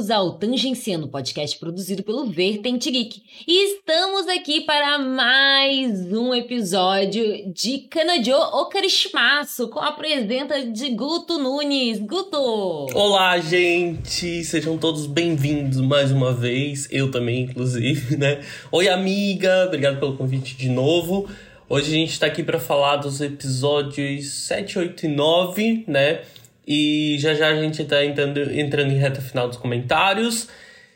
bem-vindos ao Tangenciando, podcast produzido pelo Vertente Geek. E estamos aqui para mais um episódio de Kanojo Okarishimasu, com a presença de Guto Nunes. Guto! Olá, gente! Sejam todos bem-vindos mais uma vez, eu também, inclusive, né? Oi, amiga! Obrigado pelo convite de novo. Hoje a gente tá aqui para falar dos episódios 7, 8 e 9, né? E já a gente tá entrando em reta final dos comentários.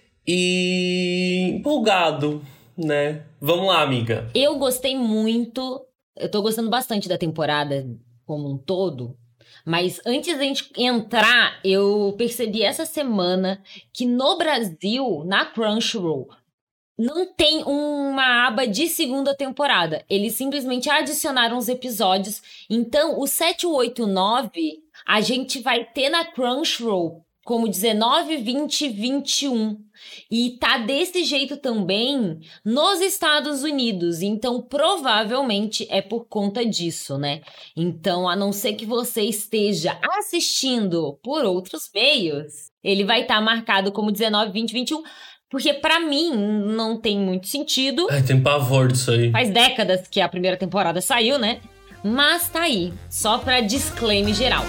E empolgado, né? Vamos lá, amiga. Eu gostei muito, eu tô gostando bastante da temporada como um todo. Mas antes da gente entrar, eu percebi essa semana que no Brasil, na Crunchyroll, não tem uma aba de segunda temporada. Eles simplesmente adicionaram os episódios. Então, o 7, 8 e 9, a gente vai ter na Crunchyroll como 19, 20 e 21. E tá desse jeito também nos Estados Unidos. Então, provavelmente é por conta disso, né? Então, a não ser que você esteja assistindo por outros meios, ele vai estar marcado como 19, 20 e 21. Porque pra mim não tem muito sentido. Ai, tem pavor disso aí. Faz décadas que a primeira temporada saiu, né? Mas tá aí, só pra disclaimer geral.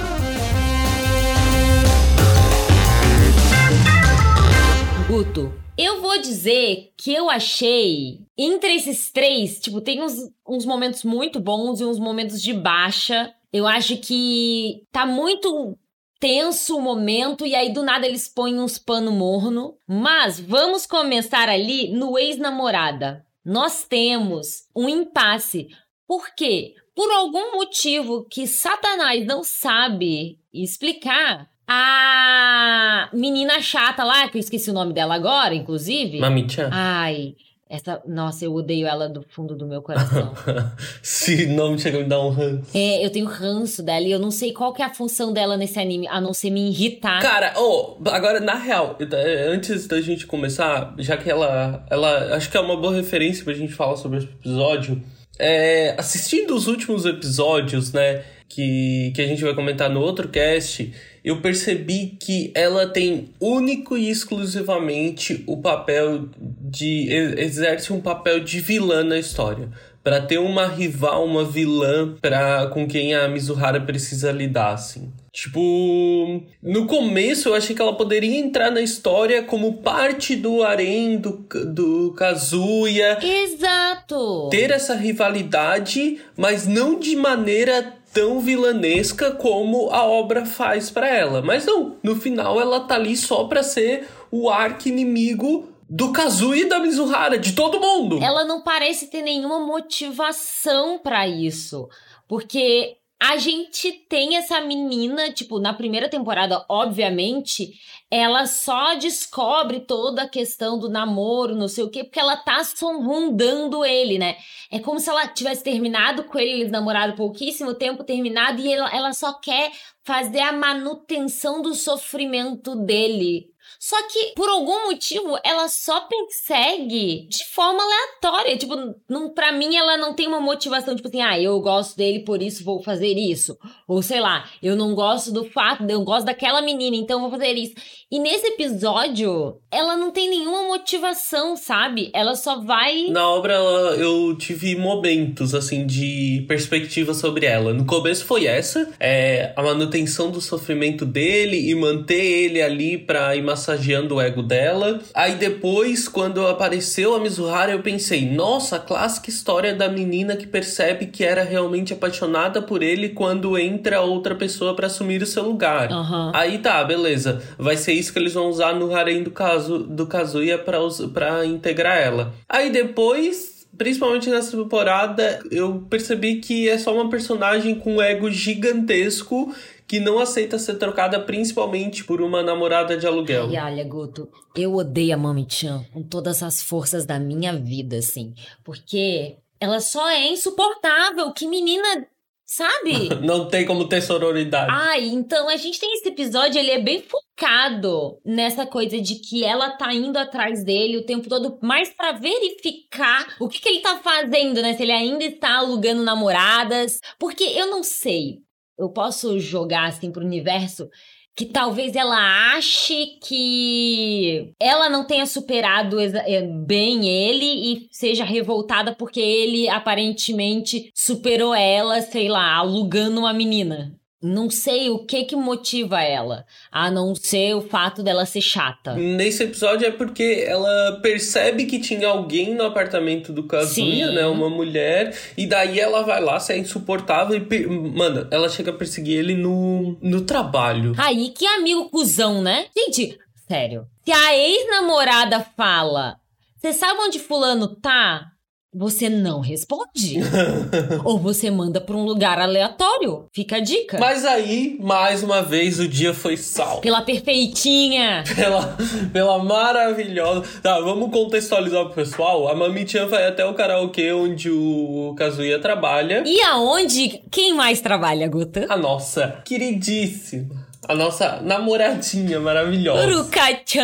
Guto, eu vou dizer que eu achei, entre esses três, tipo, tem uns momentos muito bons e uns momentos de baixa. Eu acho que tá muito tenso o momento e aí do nada eles põem uns pano morno. Mas vamos começar ali no ex-namorada. Nós temos um impasse. Por quê? Por algum motivo que Satanás não sabe explicar, a menina chata lá, que eu esqueci o nome dela agora, inclusive. Mami-chan? Ai, nossa, eu odeio ela do fundo do meu coração. Se não me chega a me dar um ranço. Eu tenho ranço dela e eu não sei qual que é a função dela nesse anime, a não ser me irritar. Cara, agora, na real, antes da gente começar, já que ela acho que é uma boa referência pra gente falar sobre esse episódio, assistindo os últimos episódios, né, que a gente vai comentar no outro cast, eu percebi que ela tem único e exclusivamente o papel exerce um papel de vilã na história. Pra ter uma rival, uma vilã com quem a Mizuhara precisa lidar, assim. Tipo, no começo eu achei que ela poderia entrar na história como parte do harém, do Kazuya. Exato! Ter essa rivalidade, mas não de maneira tão vilanesca como a obra faz pra ela. Mas não, no final ela tá ali só pra ser o arqui-inimigo do Kazuya e da Mizuhara, de todo mundo. Ela não parece ter nenhuma motivação pra isso. Porque a gente tem essa menina, tipo, na primeira temporada, obviamente, ela só descobre toda a questão do namoro, não sei o quê, porque ela tá rondando ele, né? É como se ela tivesse terminado com ele, eles namoraram pouquíssimo tempo, terminado, e ela só quer fazer a manutenção do sofrimento dele. Só que, por algum motivo, ela só persegue de forma aleatória. Tipo, pra mim, ela não tem uma motivação, tipo assim, eu gosto dele, por isso vou fazer isso. Ou, sei lá, eu não gosto do fato, eu gosto daquela menina, então vou fazer isso. E nesse episódio, ela não tem nenhuma motivação, sabe? Ela só vai... Na obra, eu tive momentos, assim, de perspectiva sobre ela. No começo foi a manutenção do sofrimento dele e manter ele ali pra ir massageando o ego dela. Aí depois, quando apareceu a Mizuhara, eu pensei, nossa, a clássica história da menina que percebe que era realmente apaixonada por ele quando entra outra pessoa pra assumir o seu lugar. Uhum. Aí tá, beleza. Vai ser isso que eles vão usar no harém do Kazuya pra integrar ela. Aí depois, principalmente nessa temporada, eu percebi que é só uma personagem com um ego gigantesco que não aceita ser trocada principalmente por uma namorada de aluguel. E olha, Guto, eu odeio a Mami-chan com todas as forças da minha vida, assim. Porque ela só é insuportável. Que menina, sabe? Não tem como ter sororidade. Então a gente tem esse episódio, ele é bem focado nessa coisa de que ela tá indo atrás dele o tempo todo, mais pra verificar o que ele tá fazendo, né? Se ele ainda está alugando namoradas. Porque eu não sei, eu posso jogar assim pro universo que talvez ela ache que ela não tenha superado bem ele e seja revoltada porque ele aparentemente superou ela, sei lá, alugando uma menina. Não sei o que motiva ela, a não ser o fato dela ser chata. Nesse episódio é porque ela percebe que tinha alguém no apartamento do Kazuya, né? Uma mulher. E daí ela vai lá, se é insuportável e... Mano, ela chega a perseguir ele no trabalho. Aí, que amigo cuzão, né? Gente, sério. Se a ex-namorada fala, você sabe onde fulano tá? Você não responde. Ou você manda pra um lugar aleatório. Fica a dica. Mas aí, mais uma vez, o dia foi salvo. Pela perfeitinha. Pela maravilhosa. Tá, vamos contextualizar pro pessoal. A Mami-chan vai até o karaokê onde o Kazuya trabalha. E aonde? Quem mais trabalha, Guta? A nossa queridíssima. A nossa namoradinha maravilhosa. Aruka-chan!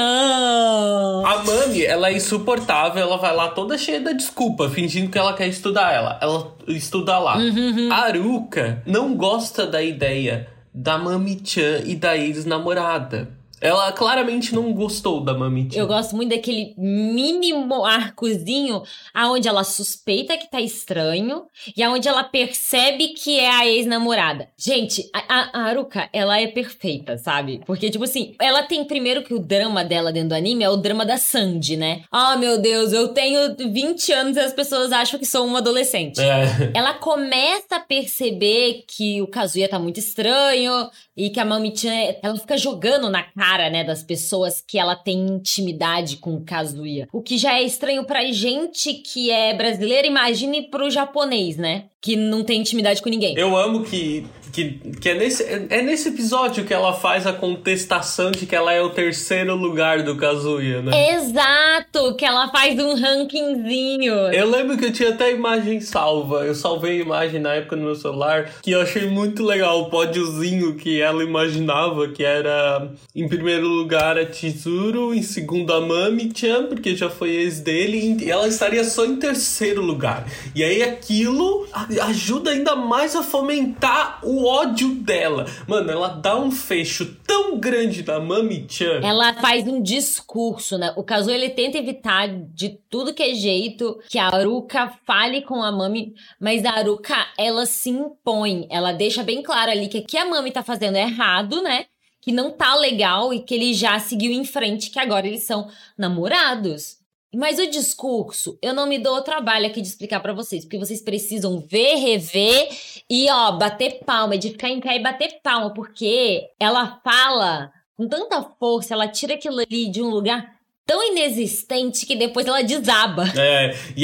A Mami, ela é insuportável. Ela vai lá toda cheia da desculpa, fingindo que ela quer estudar Ela estuda lá. A Aruka não gosta da ideia da Mami-chan e da ex-namorada. Ela claramente não gostou da Mami-chan. Eu gosto muito daquele mínimo arcozinho aonde ela suspeita que tá estranho e aonde ela percebe que é a ex-namorada. Gente, a Aruka, ela é perfeita, sabe? Porque, tipo assim, ela tem primeiro que o drama dela dentro do anime é o drama da Sandy, né? Ah, meu Deus, eu tenho 20 anos e as pessoas acham que sou uma adolescente. Ela começa a perceber que o Kazuya tá muito estranho e que a Mami-chan, ela fica jogando na cara, né, das pessoas que ela tem intimidade com o Kazuya. O que já é estranho pra gente que é brasileira, imagine pro japonês, né? Que não tem intimidade com ninguém. Eu amo que é nesse episódio que ela faz a contestação de que ela é o terceiro lugar do Kazuya, né? Exato! Que ela faz um rankingzinho. Eu lembro que eu tinha até a imagem salva. Eu salvei a imagem na época no meu celular, que eu achei muito legal. O pódiozinho que ela imaginava, que era... Em primeiro lugar a Chizuru, em segundo a Mami-chan, porque já foi ex dele, e ela estaria só em terceiro lugar. E aí aquilo ajuda ainda mais a fomentar o ódio dela. Mano, ela dá um fecho tão grande na Mami-chan. Ela faz um discurso, né? O Kazuya, ele tenta evitar de tudo que é jeito que a Aruka fale com a Mami, mas a Aruka, ela se impõe. Ela deixa bem claro ali que o que a Mami tá fazendo é errado, né? Que não tá legal e que ele já seguiu em frente, que agora eles são namorados. Mas o discurso, eu não me dou o trabalho aqui de explicar pra vocês, porque vocês precisam ver, rever e, ó, bater palma, de ficar em pé e bater palma, porque ela fala com tanta força, ela tira aquilo ali de um lugar tão inexistente que depois ela desaba. E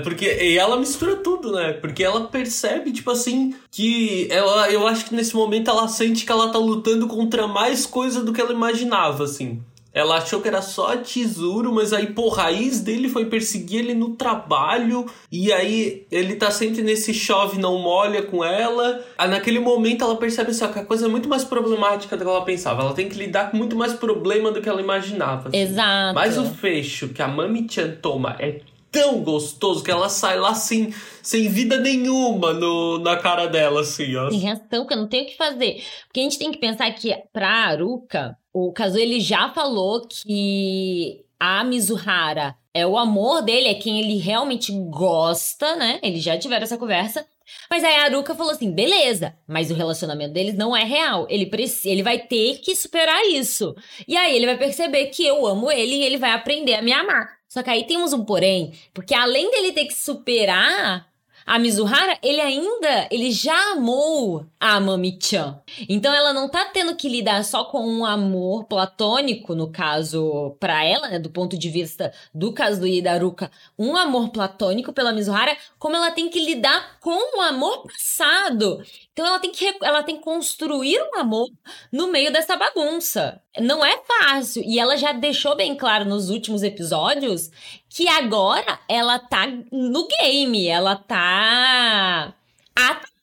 ela mistura tudo, né? Porque ela percebe, tipo assim, que eu acho que nesse momento ela sente que ela tá lutando contra mais coisa do que ela imaginava, assim. Ela achou que era só a Chizuru, mas aí, porra, a raiz dele foi perseguir ele no trabalho. E aí, ele tá sempre nesse chove não molha com ela. Aí, naquele momento, ela percebe assim, que a coisa é muito mais problemática do que ela pensava. Ela tem que lidar com muito mais problema do que ela imaginava. Assim. Exato. Mas o fecho que a Mami-chan toma é tão gostoso que ela sai lá sem vida nenhuma na cara dela, assim, ó. Sem reação, que eu não tenho o que fazer. Porque a gente tem que pensar que, pra Aruka, o Kazuya, ele já falou que a Mizuhara é o amor dele, é quem ele realmente gosta, né? Eles já tiveram essa conversa. Mas aí a Aruka falou assim, beleza, mas o relacionamento deles não é real. Ele vai ter que superar isso. E aí ele vai perceber que eu amo ele e ele vai aprender a me amar. Só que aí temos um porém, porque além dele ter que superar a Mizuhara, ele já amou a Mami-chan. Então ela não tá tendo que lidar só com um amor platônico, no caso, pra ela, né, do ponto de vista do Kazuya e da Aruka, um amor platônico pela Mizuhara, como ela tem que lidar com o amor passado. Então ela tem que construir um amor no meio dessa bagunça. Não é fácil. E ela já deixou bem claro nos últimos episódios que agora ela tá no game. Ela tá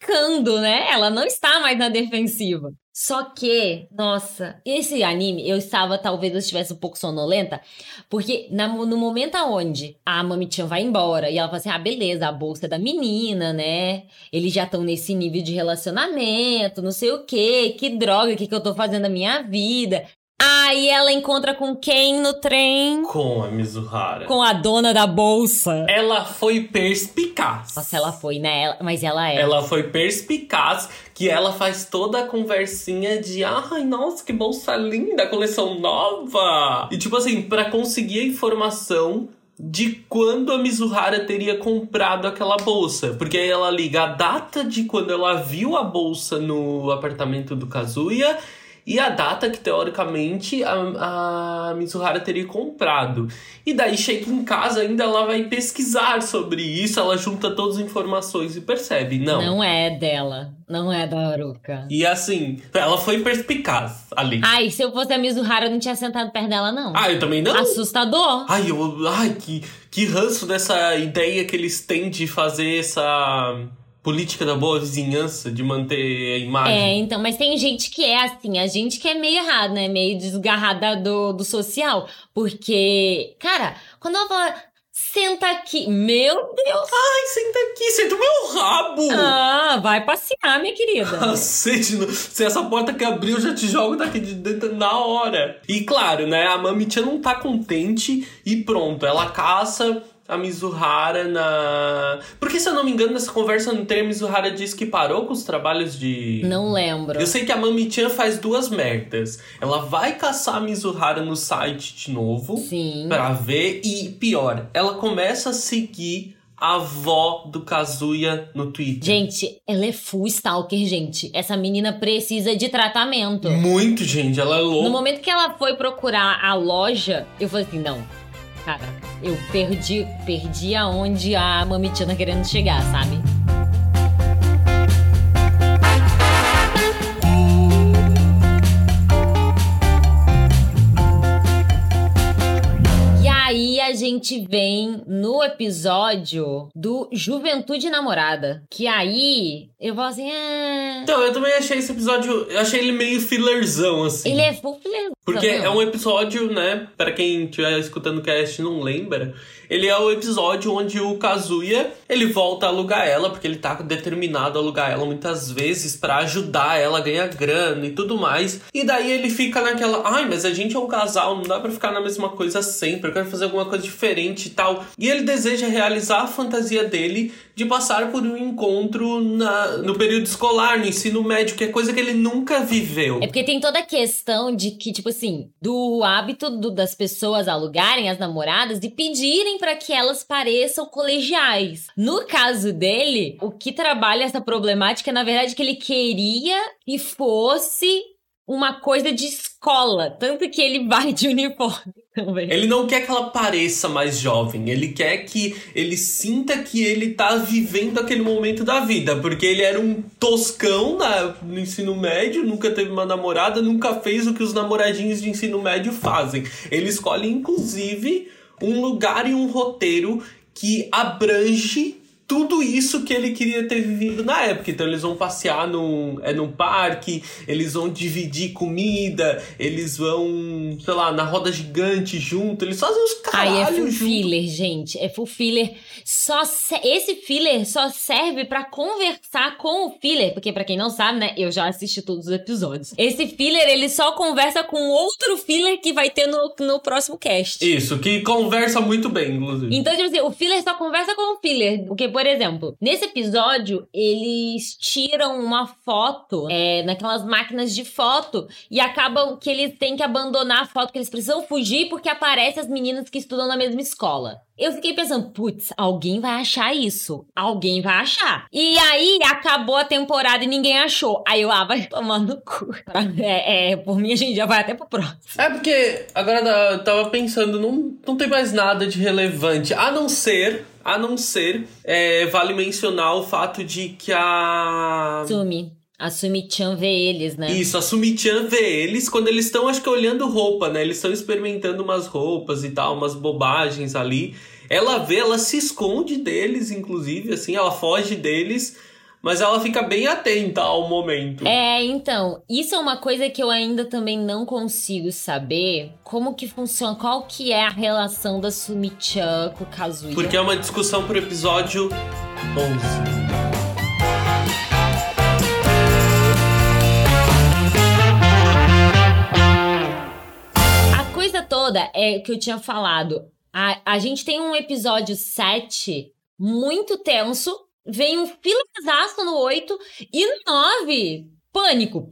atacando, né? Ela não está mais na defensiva. Só que, nossa, esse anime, talvez eu estivesse um pouco sonolenta, porque no momento onde a Mami-chan vai embora e ela fala assim, beleza, a bolsa é da menina, né? Eles já estão nesse nível de relacionamento, não sei o quê, que droga, o que eu tô fazendo na minha vida? Aí ela encontra com quem no trem? Com a Mizuhara. Com a dona da bolsa. Ela foi perspicaz. Nossa, ela foi, né? Mas ela é. Ela foi perspicaz, que ela faz toda a conversinha de ai, nossa, que bolsa linda, coleção nova. E tipo assim, pra conseguir a informação de quando a Mizuhara teria comprado aquela bolsa. Porque aí ela liga a data de quando ela viu a bolsa no apartamento do Kazuya e a data que, teoricamente, a Mizuhara teria comprado. E daí, chega em casa, ainda ela vai pesquisar sobre isso, ela junta todas as informações e percebe, não. Não é dela, não é da Haruka. E assim, ela foi perspicaz ali. Ai, se eu fosse a Mizuhara, eu não tinha sentado perto dela, não. Eu também não. Assustador. Que ranço dessa ideia que eles têm de fazer essa política da boa vizinhança, de manter a imagem. Então, mas tem gente que é assim, a gente que é meio errado, né? Meio desgarrada do social. Porque, cara, quando ela fala, senta aqui, meu Deus. Ai, senta aqui, senta o meu rabo. Vai passear, minha querida. Cacete, se essa porta que abriu, eu já te jogo daqui de dentro na hora. E claro, né, a Mami-chan não tá contente e pronto, ela caça a Mizuhara na... Porque, se eu não me engano, nessa conversa no trem, a Mizuhara disse que parou com os trabalhos de... Não lembro. Eu sei que a Mami-chan faz duas merdas. Ela vai caçar a Mizuhara no site de novo. Sim. Pra ver. E, pior, ela começa a seguir a avó do Kazuya no Twitter. Gente, ela é full stalker, gente. Essa menina precisa de tratamento. Muito, gente. Ela é louca. No momento que ela foi procurar a loja, eu falei assim, não... Cara, eu perdi aonde a Mami-chan tá querendo chegar, sabe? E aí a gente vem no episódio do Juventude Namorada. Que aí eu vou assim... Então, eu também achei esse episódio... Eu achei ele meio fillerzão, assim. Ele é full fillerzão. Porque é um episódio, né? Pra quem estiver escutando o cast e não lembra... Ele é o episódio onde o Kazuya, ele volta a alugar ela, porque ele tá determinado a alugar ela muitas vezes pra ajudar ela a ganhar grana e tudo mais. E daí ele fica naquela, mas a gente é um casal, não dá pra ficar na mesma coisa sempre, eu quero fazer alguma coisa diferente e tal. E ele deseja realizar a fantasia dele de passar por um encontro no período escolar, no ensino médio, que é coisa que ele nunca viveu. É porque tem toda a questão de que, tipo assim, do hábito das pessoas alugarem as namoradas e pedirem para que elas pareçam colegiais. No caso dele, o que trabalha essa problemática é, na verdade, que ele queria que fosse uma coisa de escola. Tanto que ele vai de uniforme também. Ele não quer que ela pareça mais jovem. Ele quer que ele sinta que ele tá vivendo aquele momento da vida. Porque ele era um toscão no ensino médio, nunca teve uma namorada, nunca fez o que os namoradinhos de ensino médio fazem. Ele escolhe, inclusive, um lugar e um roteiro que abrange tudo isso que ele queria ter vivido na época. Então eles vão passear num parque, eles vão dividir comida, eles vão, sei lá, na roda gigante junto, eles fazem os caralhos é full junto. filler, gente, é full filler. Esse filler só serve pra conversar com o filler, porque pra quem não sabe, né, eu já assisti todos os episódios. Esse filler, ele só conversa com outro filler que vai ter no próximo cast. Isso, que conversa muito bem, inclusive. Então, tipo assim, o filler só conversa com o filler, porque, por exemplo, nesse episódio, eles tiram uma foto naquelas máquinas de foto e acabam que eles têm que abandonar a foto, que eles precisam fugir porque aparecem as meninas que estudam na mesma escola. Eu fiquei pensando, putz, alguém vai achar isso. Alguém vai achar. E aí, acabou a temporada e ninguém achou. Aí eu, vai tomar no cu. Por mim, a gente já vai até pro próximo. Porque, agora eu tava pensando, não tem mais nada de relevante, a não ser, vale mencionar o fato de que a Sumi-chan vê eles, né? Isso, a Sumi-chan vê eles quando eles estão, acho que, olhando roupa, né? Eles estão experimentando umas roupas e tal, umas bobagens ali. Ela se esconde deles, inclusive, assim, ela foge deles. mas ela fica bem atenta ao momento. Então, isso é uma coisa que eu ainda também não consigo saber como que funciona, qual que é a relação da Sumi-chan com o Kazuya. Porque é uma discussão pro episódio 11. Toda é que eu tinha falado. A gente tem um episódio 7 muito tenso, vem um filazaço no 8 e no 9, pânico.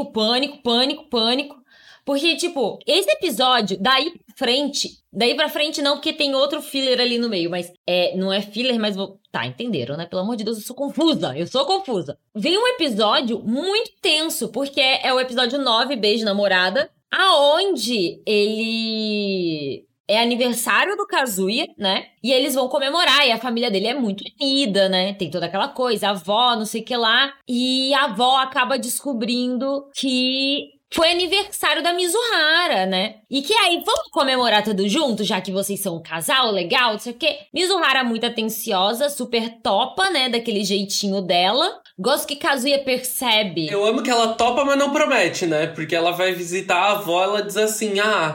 Porque, tipo, esse episódio, daí pra frente não, porque tem outro filler ali no meio, mas não é filler, mas tá, entenderam, né? Pelo amor de Deus, eu sou confusa. Vem um episódio muito tenso, porque é o episódio 9, Beijo Namorada, aonde ele é aniversário do Kazuya, né? E eles vão comemorar, e a família dele é muito unida, né? Tem toda aquela coisa, a avó, não sei o que lá. E a avó acaba descobrindo que foi aniversário da Mizuhara, né? E que aí, vamos comemorar tudo junto, já que vocês são um casal legal, não sei o quê. Mizuhara muito atenciosa, super topa, né? Daquele jeitinho dela. Gosto que Kazuya percebe. Eu amo que ela topa, mas não promete, né? Porque ela vai visitar a avó, ela diz assim,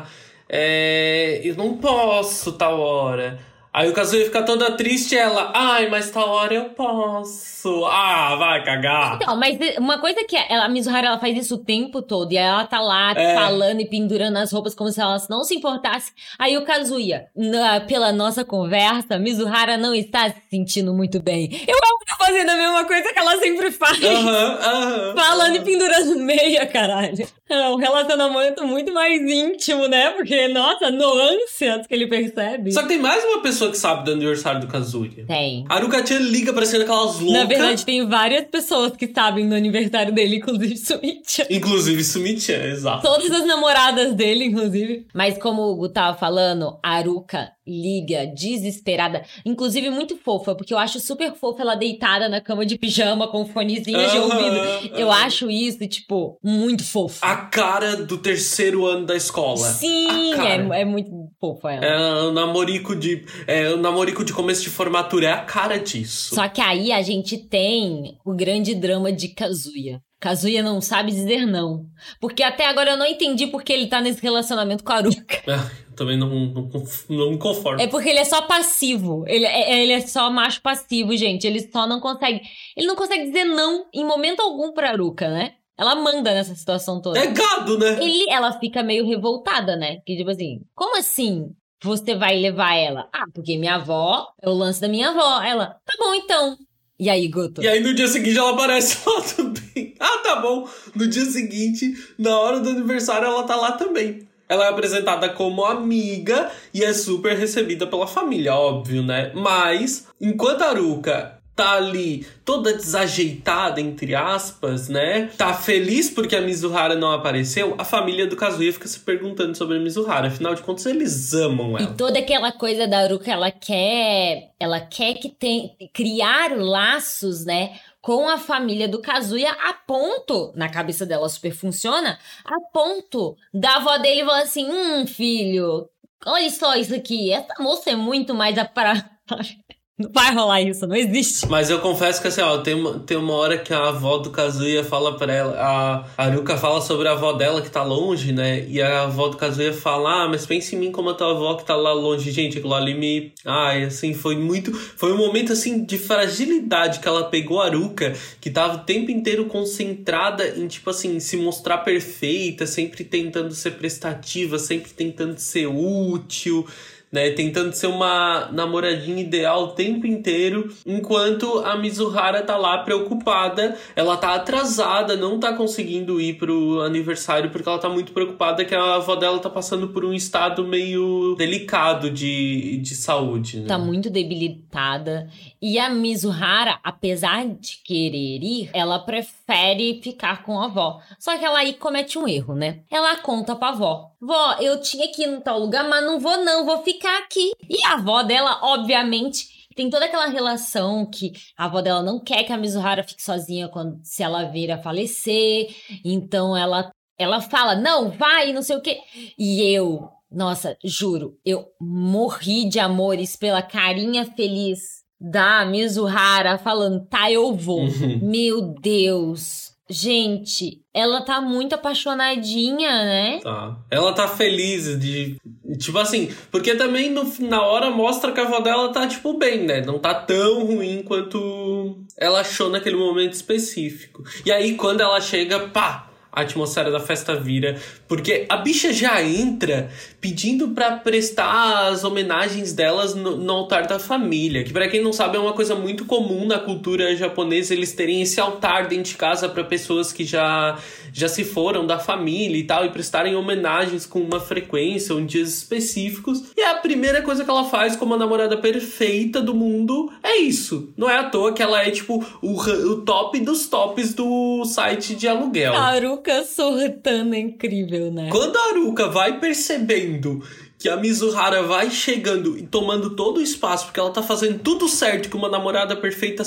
eu não posso tal hora. Aí o Kazuya fica toda triste e ela, mas tal hora eu posso. Vai cagar. Então, mas uma coisa que a Mizuhara, ela faz isso o tempo todo. E ela tá lá falando e pendurando as roupas como se ela não se importasse. Aí o Kazuya, pela nossa conversa, Mizuhara não está se sentindo muito bem. Eu amo que tá fazendo a mesma coisa que ela sempre faz. Falando e pendurando meia, caralho. É um relacionamento muito mais íntimo, né? Porque, nossa, nuances que ele percebe. Só que tem mais uma pessoa que sabe do aniversário do Kazuya. Tem. A Haruka-chan liga pra ser aquelas loucas. Na verdade, tem várias pessoas que sabem do aniversário dele, inclusive Sumi-chan. Inclusive Sumi-chan, exato. Todas as namoradas dele, inclusive. Mas como o Hugo tava falando, a Haruka liga, desesperada. Inclusive, muito fofa, porque eu acho super fofa ela deitada na cama de pijama com fonezinho de ouvido. Eu acho isso, tipo, muito fofo. A cara do terceiro ano da escola. Sim, é muito fofa ela. É o namorico de começo de formatura, é a cara disso. Só que aí a gente tem o grande drama de Kazuya. Kazuya não sabe dizer não. Porque até agora eu não entendi porque ele tá nesse relacionamento com a Haruka. Eu também não me conformo. É porque ele é só passivo. Ele é só macho passivo, gente. Ele não consegue dizer não em momento algum pra Haruka, né? Ela manda nessa situação toda. É gado, né? Ela fica meio revoltada, né? Que tipo assim, como assim você vai levar ela? Porque minha avó, é o lance da minha avó. Ela, tá bom então. E aí, Guto? E aí no dia seguinte ela aparece lá também. Tá bom. No dia seguinte, na hora do aniversário, ela tá lá também. Ela é apresentada como amiga e é super recebida pela família, óbvio, né? Mas, enquanto a Haruka tá ali toda desajeitada, entre aspas, né? Tá feliz porque a Mizuhara não apareceu, a família do Kazuya fica se perguntando sobre a Mizuhara. Afinal de contas, eles amam ela. E toda aquela coisa da Haruka, ela quer criar laços, né? Com a família do Kazuya, a ponto, na cabeça dela super funciona, a ponto da avó dele falar assim, filho, olha só isso aqui, essa moça é muito mais Não vai rolar isso, não existe. Mas eu confesso que assim, tem uma hora que a avó do Kazuya fala pra ela, a Haruka fala sobre a avó dela que tá longe, né? E a avó do Kazuya fala, mas pensa em mim como a tua avó que tá lá longe. Gente, aquilo ali me... assim, foi um momento, assim, de fragilidade que ela pegou a Haruka, que tava o tempo inteiro concentrada em, tipo assim, se mostrar perfeita, sempre tentando ser prestativa, sempre tentando ser útil, né, tentando ser uma namoradinha ideal o tempo inteiro, enquanto a Mizuhara tá lá preocupada, ela tá atrasada, não tá conseguindo ir pro aniversário porque ela tá muito preocupada que a avó dela tá passando por um estado meio delicado de saúde, né? Tá muito debilitada. E a Mizuhara, apesar de querer ir, ela prefere ficar com a avó. Só que ela aí comete um erro, né? Ela conta pra avó. Vó, eu tinha que ir no tal lugar, mas não vou ficar aqui. E a avó dela, obviamente, tem toda aquela relação que a avó dela não quer que a Mizuhara fique sozinha se ela vir a falecer. Então ela fala, não, vai, não sei o quê. E nossa, juro, eu morri de amores pela carinha feliz da Mizuhara falando, tá, eu vou. Meu Deus. Gente, ela tá muito apaixonadinha, né? Tá. Ela tá feliz de... Tipo assim, porque também na hora mostra que a avó dela tá, tipo, bem, né? Não tá tão ruim quanto ela achou naquele momento específico. E aí, quando ela chega, pá! A atmosfera da festa vira, porque a bicha já entra pedindo pra prestar as homenagens delas no altar da família, que pra quem não sabe é uma coisa muito comum na cultura japonesa, eles terem esse altar dentro de casa pra pessoas que já se foram da família e tal, e prestarem homenagens com uma frequência ou em dias específicos. E a primeira coisa que ela faz como a namorada perfeita do mundo é isso. Não é à toa que ela é tipo o top dos tops do site de aluguel. A Haruka surtando é incrível, né? Quando a Haruka vai percebendo que a Mizuhara vai chegando e tomando todo o espaço, porque ela tá fazendo tudo certo que uma namorada perfeita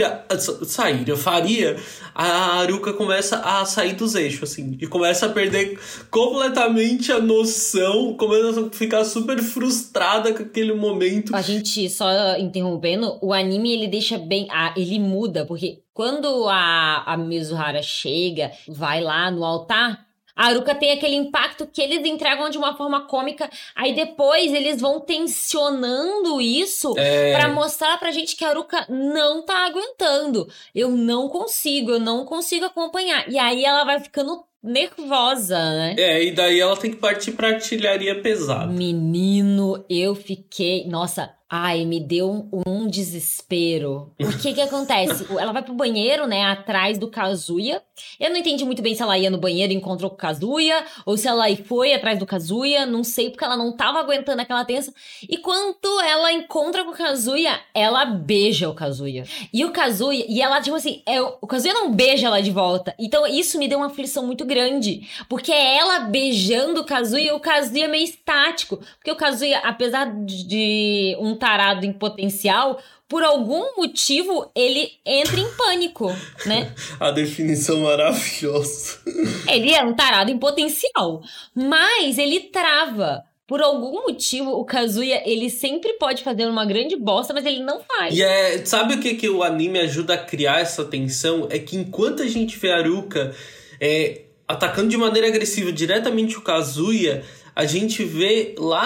faria, a Haruka começa a sair dos eixos, assim, e começa a perder completamente a noção, começa a ficar super frustrada com aquele momento. A gente, só interrompendo, o anime ele deixa bem, ele muda, porque quando a Mizuhara chega, vai lá no altar, a Haruka tem aquele impacto que eles entregam de uma forma cômica, aí depois eles vão tensionando isso pra mostrar pra gente que a Haruka não tá aguentando. Eu não consigo acompanhar. E aí ela vai ficando nervosa, né? E daí ela tem que partir pra artilharia pesada. Menino, eu fiquei... Nossa... Ai, me deu um desespero. O que acontece? Ela vai pro banheiro, né, atrás do Kazuya. Eu não entendi muito bem se ela ia no banheiro e encontrou com o Kazuya, ou se ela foi atrás do Kazuya, não sei, porque ela não tava aguentando aquela tensão. E quando ela encontra com o Kazuya, ela beija o Kazuya. E o Kazuya, e ela, tipo assim, o Kazuya não beija ela de volta. Então isso me deu uma aflição muito grande, porque é ela beijando o Kazuya meio estático. Porque o Kazuya, apesar de um tarado em potencial, por algum motivo, ele entra em pânico, né? A definição maravilhosa. Ele é um tarado em potencial, mas ele trava. Por algum motivo, o Kazuya, ele sempre pode fazer uma grande bosta, mas ele não faz. E sabe o que o anime ajuda a criar essa tensão? É que enquanto a gente vê a Haruka atacando de maneira agressiva diretamente o Kazuya, a gente vê lá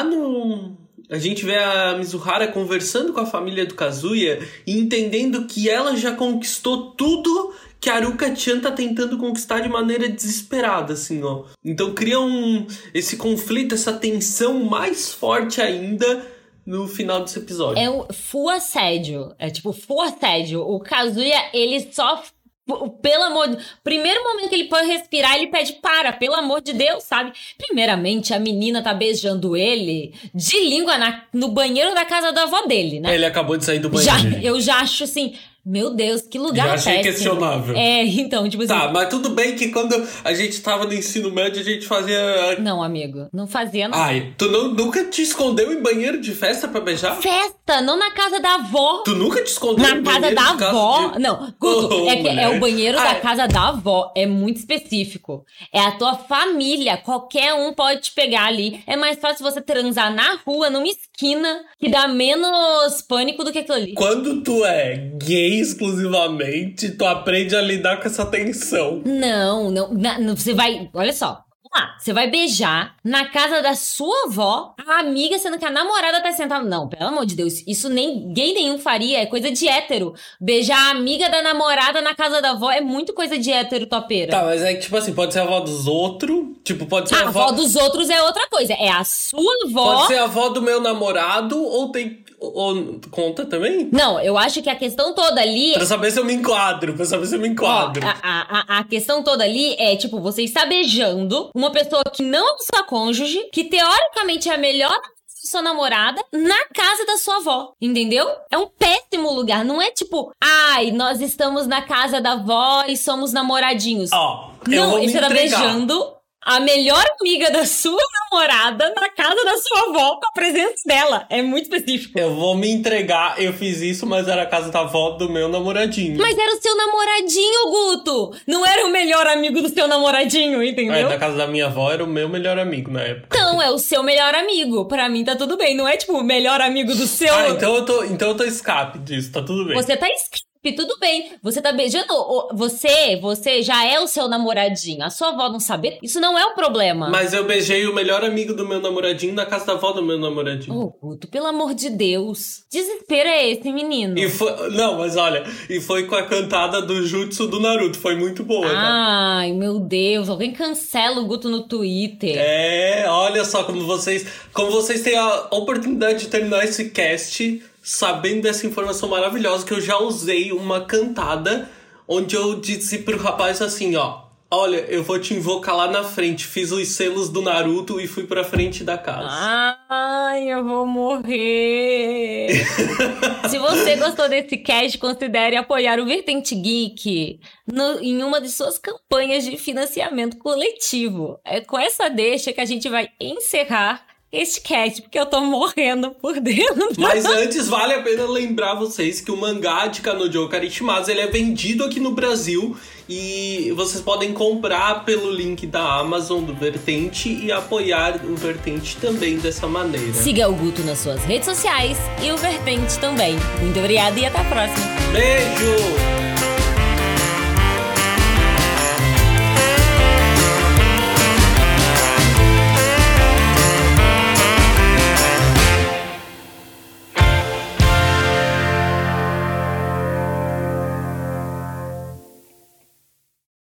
a gente vê a Mizuhara conversando com a família do Kazuya e entendendo que ela já conquistou tudo que a Haruka-chan tá tentando conquistar de maneira desesperada, assim, ó. Então cria esse conflito, essa tensão mais forte ainda no final desse episódio. É o full assédio. É tipo, full assédio. O Kazuya, ele só... Pelo amor de... Primeiro momento que ele pode respirar, ele pede pelo amor de Deus, sabe? Primeiramente, a menina tá beijando ele de língua no banheiro da casa da avó dele, né? Ele acabou de sair do banheiro. Eu já acho assim... Meu Deus, que lugar péssimo. Já achei questionável. Então, tipo assim... Tá, mas tudo bem que quando a gente tava no ensino médio, a gente fazia... Não, amigo, não fazia não. Ai, tu nunca te escondeu em banheiro de festa pra beijar? Festa, não na casa da avó. Tu nunca te escondeu em banheiro da avó? Não, Guto, é o banheiro da casa da avó. É muito específico. É a tua família. Qualquer um pode te pegar ali. É mais fácil você transar na rua, numa esquina, que dá menos pânico do que aquilo ali. Quando tu é gay exclusivamente, tu aprende a lidar com essa tensão. Não, você vai... Olha só. Você vai beijar na casa da sua avó, a amiga, sendo que a namorada tá sentada. Não, pelo amor de Deus, isso ninguém nenhum faria, é coisa de hétero. Beijar a amiga da namorada na casa da avó é muito coisa de hétero topeira. Tá, mas é que, tipo assim, pode ser a avó dos outros, tipo, pode ser a avó... A avó dos outros é outra coisa, é a sua avó... Pode ser a avó do meu namorado, ou tem... Ou conta também? Não, eu acho que a questão toda ali... Pra saber se eu me enquadro. A questão toda ali é, tipo, você está beijando uma pessoa que não é sua cônjuge, que teoricamente é a melhor sua namorada, na casa da sua avó, entendeu? É um péssimo lugar, não é tipo, ai, nós estamos na casa da avó e somos namoradinhos. Ó, não, você tá beijando a melhor amiga da sua namorada na casa da sua avó com a presença dela. É muito específico. Eu vou me entregar, eu fiz isso, mas era a casa da avó do meu namoradinho. Mas era o seu namoradinho, Guto! Não era o melhor amigo do seu namoradinho, entendeu? Na casa da minha avó era o meu melhor amigo na época. Então, é o seu melhor amigo. Pra mim tá tudo bem. Não é tipo o melhor amigo do seu... então eu tô escape disso, tá tudo bem. Você tá escape, tudo bem. Você tá beijando... Você já é o seu namoradinho. A sua avó não saber, isso não é um problema. Mas eu beijei o melhor amigo do meu namoradinho na casa da avó do meu namoradinho. Ô, Guto, pelo amor de Deus. Desespero é esse, menino. Não, mas olha, e foi com a cantada do Jutsu do Naruto. Foi muito boa, tá? Ai, meu Deus. Alguém cancela o Guto no Twitter. Olha só como vocês têm a oportunidade de terminar esse cast sabendo dessa informação maravilhosa que eu já usei uma cantada onde eu disse pro rapaz assim, ó: olha, eu vou te invocar lá na frente. Fiz os selos do Naruto e fui pra frente da casa. Ai, eu vou morrer. Se você gostou desse cast, considere apoiar o Vertente Geek em uma de suas campanhas de financiamento coletivo. É com essa deixa que a gente vai encerrar este cast, porque eu tô morrendo por dentro. Mas antes, vale a pena lembrar vocês que o mangá de Kanojo Karishimasu, ele é vendido aqui no Brasil e vocês podem comprar pelo link da Amazon do Vertente e apoiar o Vertente também dessa maneira. Siga o Guto nas suas redes sociais e o Vertente também. Muito obrigada e até a próxima. Beijo!